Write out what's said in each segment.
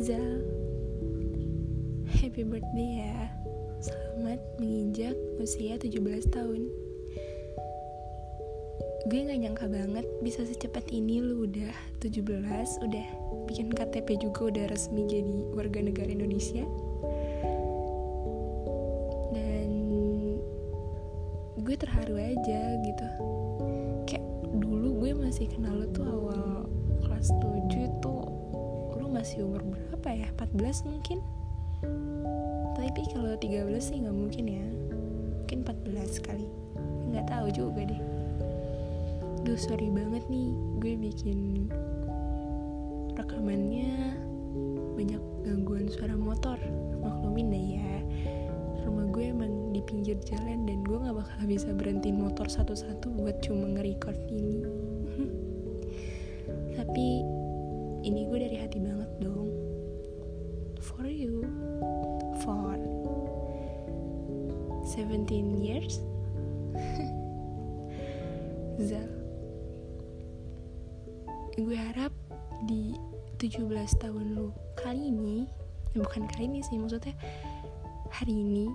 Zal, happy birthday ya. Selamat menginjak usia 17 tahun. Gue gak nyangka banget bisa secepat ini lu udah 17, udah bikin KTP juga, udah resmi jadi warga negara Indonesia. Dan gue terharu aja gitu. Kayak dulu gue masih kenal lu tuh awal kelas 7 tuh lu masih umur berapa ya? 14 mungkin. Tapi kalau 13 sih gak mungkin ya. Mungkin 14 kali. Gak tahu juga deh. Duh, sorry banget nih, gue bikin rekamannya banyak gangguan suara motor. Maklumin deh ya, rumah gue emang di pinggir jalan dan gue gak bakal bisa berhentiin motor satu-satu buat cuma nge-record ini. Tapi ini gue dari hati banget dong. For you, for 17 years. Zal, gue harap di 17 tahun lu kali ini, bukan kali ini sih, maksudnya hari ini,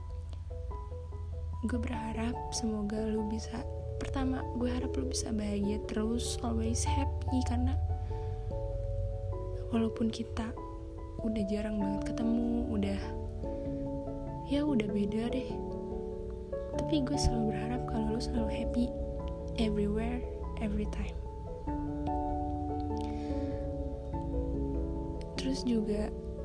gue berharap semoga lu bisa, pertama gue harap lu bisa bahagia terus, always happy, karena walaupun kita udah jarang banget ketemu, udah beda deh, tapi gue selalu berharap kalau lu selalu happy everywhere, every time. Terus juga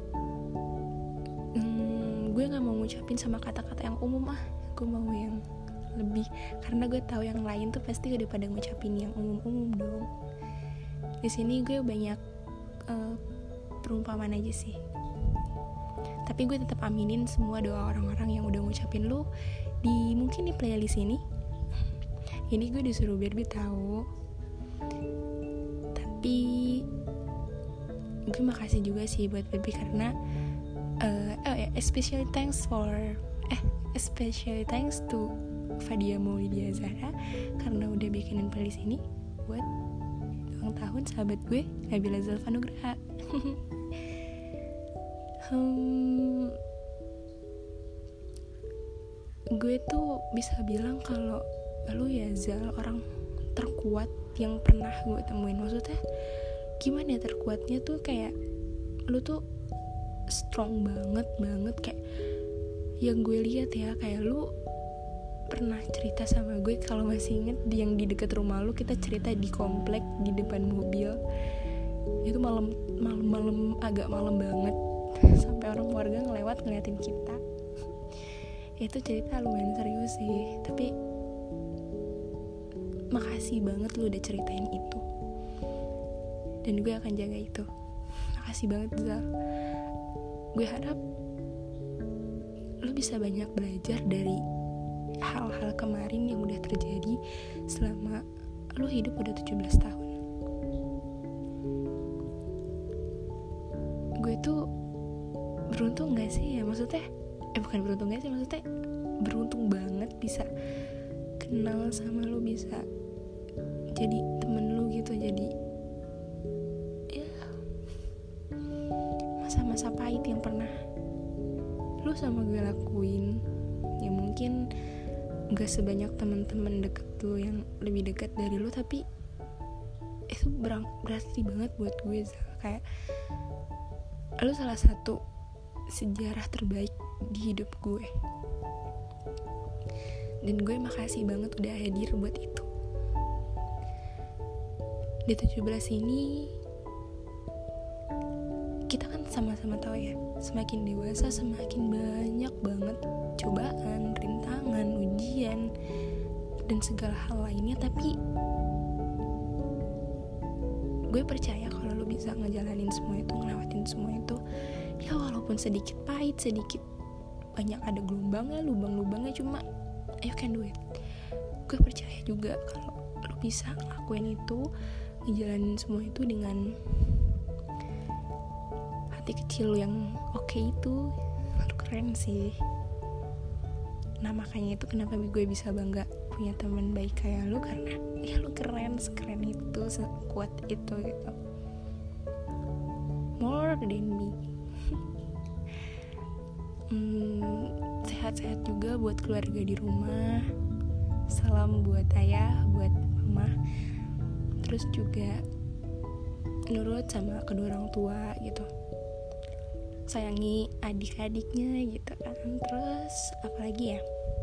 gue gak mau ngucapin sama kata-kata yang umum gue mau yang lebih, karena gue tahu yang lain tuh pasti udah pada ngucapin yang umum-umum dong. Di sini gue banyak perumpamaan aja sih, tapi gue tetap aminin semua doa orang-orang yang udah ngucapin lu mungkin di playlist ini. Ini gue disuruh biar tahu. Tapi gue makasih juga sih buat Baby karena especially thanks to Fadia Maulidia Zahra karena udah bikinin playlist ini buat ulang tahun sahabat gue Nabila Zulfa Nugraha. Gue tuh bisa bilang kalau lu ya Zal orang terkuat yang pernah gue temuin. Maksudnya gimana ya, terkuatnya tuh kayak lu tuh strong banget kayak yang gue lihat ya, kayak lu pernah cerita sama gue kalau masih inget yang di dekat rumah lu, kita cerita di komplek di depan mobil itu malam agak malam banget sampai orang warga ngelewat ngeliatin kita. Itu cerita lumayan serius sih, tapi makasih banget lu udah ceritain itu dan gue akan jaga itu. Makasih banget Zal. Gue harap lu bisa banyak belajar dari hal-hal kemarin yang udah terjadi selama lu hidup udah 17 tahun. Gue tuh beruntung gak sih ya, maksudnya bukan beruntung gak sih, maksudnya beruntung banget bisa kenal sama lu, bisa jadi temen lu gitu, jadi ya masa-masa pahit yang pernah lu sama gue lakuin ya mungkin gak sebanyak teman-teman deket lu yang lebih dekat dari lu, tapi itu berarti banget buat gue. Kayak lu salah satu sejarah terbaik di hidup gue dan gue makasih banget udah hadir buat itu. Di 17 ini kita kan sama-sama tahu ya, semakin dewasa semakin banyak banget cobaan, rintangan, ujian dan segala hal lainnya, tapi gue percaya kalau lu bisa ngejalanin semua itu, ngelewatin semua itu, ya walaupun sedikit pahit, sedikit banyak ada gelombangnya, lubang-lubangnya, cuma you can do it. Gue percaya juga kalau lu bisa ngelakuin itu, ngejalanin semua itu dengan hati kecil yang oke itu. Lu keren sih. Nah makanya itu kenapa gue bisa bangga punya teman baik kayak lu, karena ya lu keren, sekeren itu, sekuat itu gitu. more than me. Sehat-sehat juga buat keluarga di rumah. Salam buat ayah, buat mama. Terus juga nurut sama kedua orang tua gitu. Sayangi adik-adiknya gitu kan. Terus apalagi ya?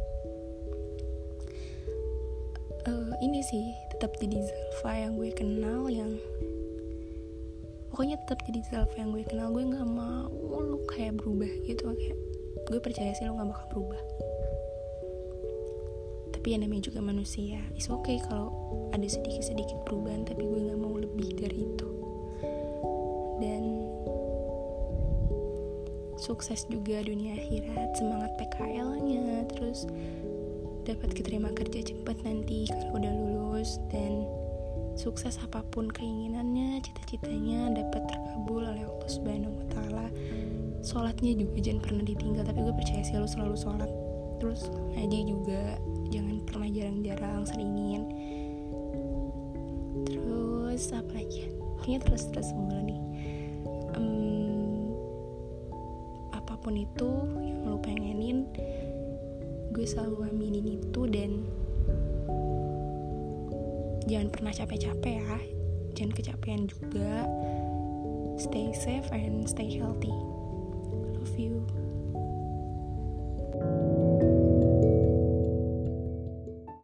Ini sih tetap jadi Zalfa yang gue kenal, yang pokoknya tetap jadi Zalfa yang gue kenal. Gue nggak mau lu kayak berubah gitu, kayak gue percaya sih lu nggak bakal berubah. Tapi ya namanya juga manusia, it's okay kalau ada sedikit perubahan, tapi gue nggak mau lebih dari itu. Dan sukses juga dunia akhirat, semangat PKL-nya, terus dapat keterima kerja cepat nanti kalau udah lulus, dan sukses apapun keinginannya, cita-citanya dapat terkabul oleh Allah Subhanahu wa Ta'ala. Sholatnya juga jangan pernah ditinggal, tapi gue percaya sih lu selalu sholat. Terus ngaji juga jangan pernah jarang-jarang, seringin. Terus apa lagi ya, pokoknya terus mulu nih. Apapun itu yang lu pengenin, gue selalu aminin itu. Dan jangan pernah capek-capek ya, jangan kecapean juga. Stay safe and stay healthy. Love you.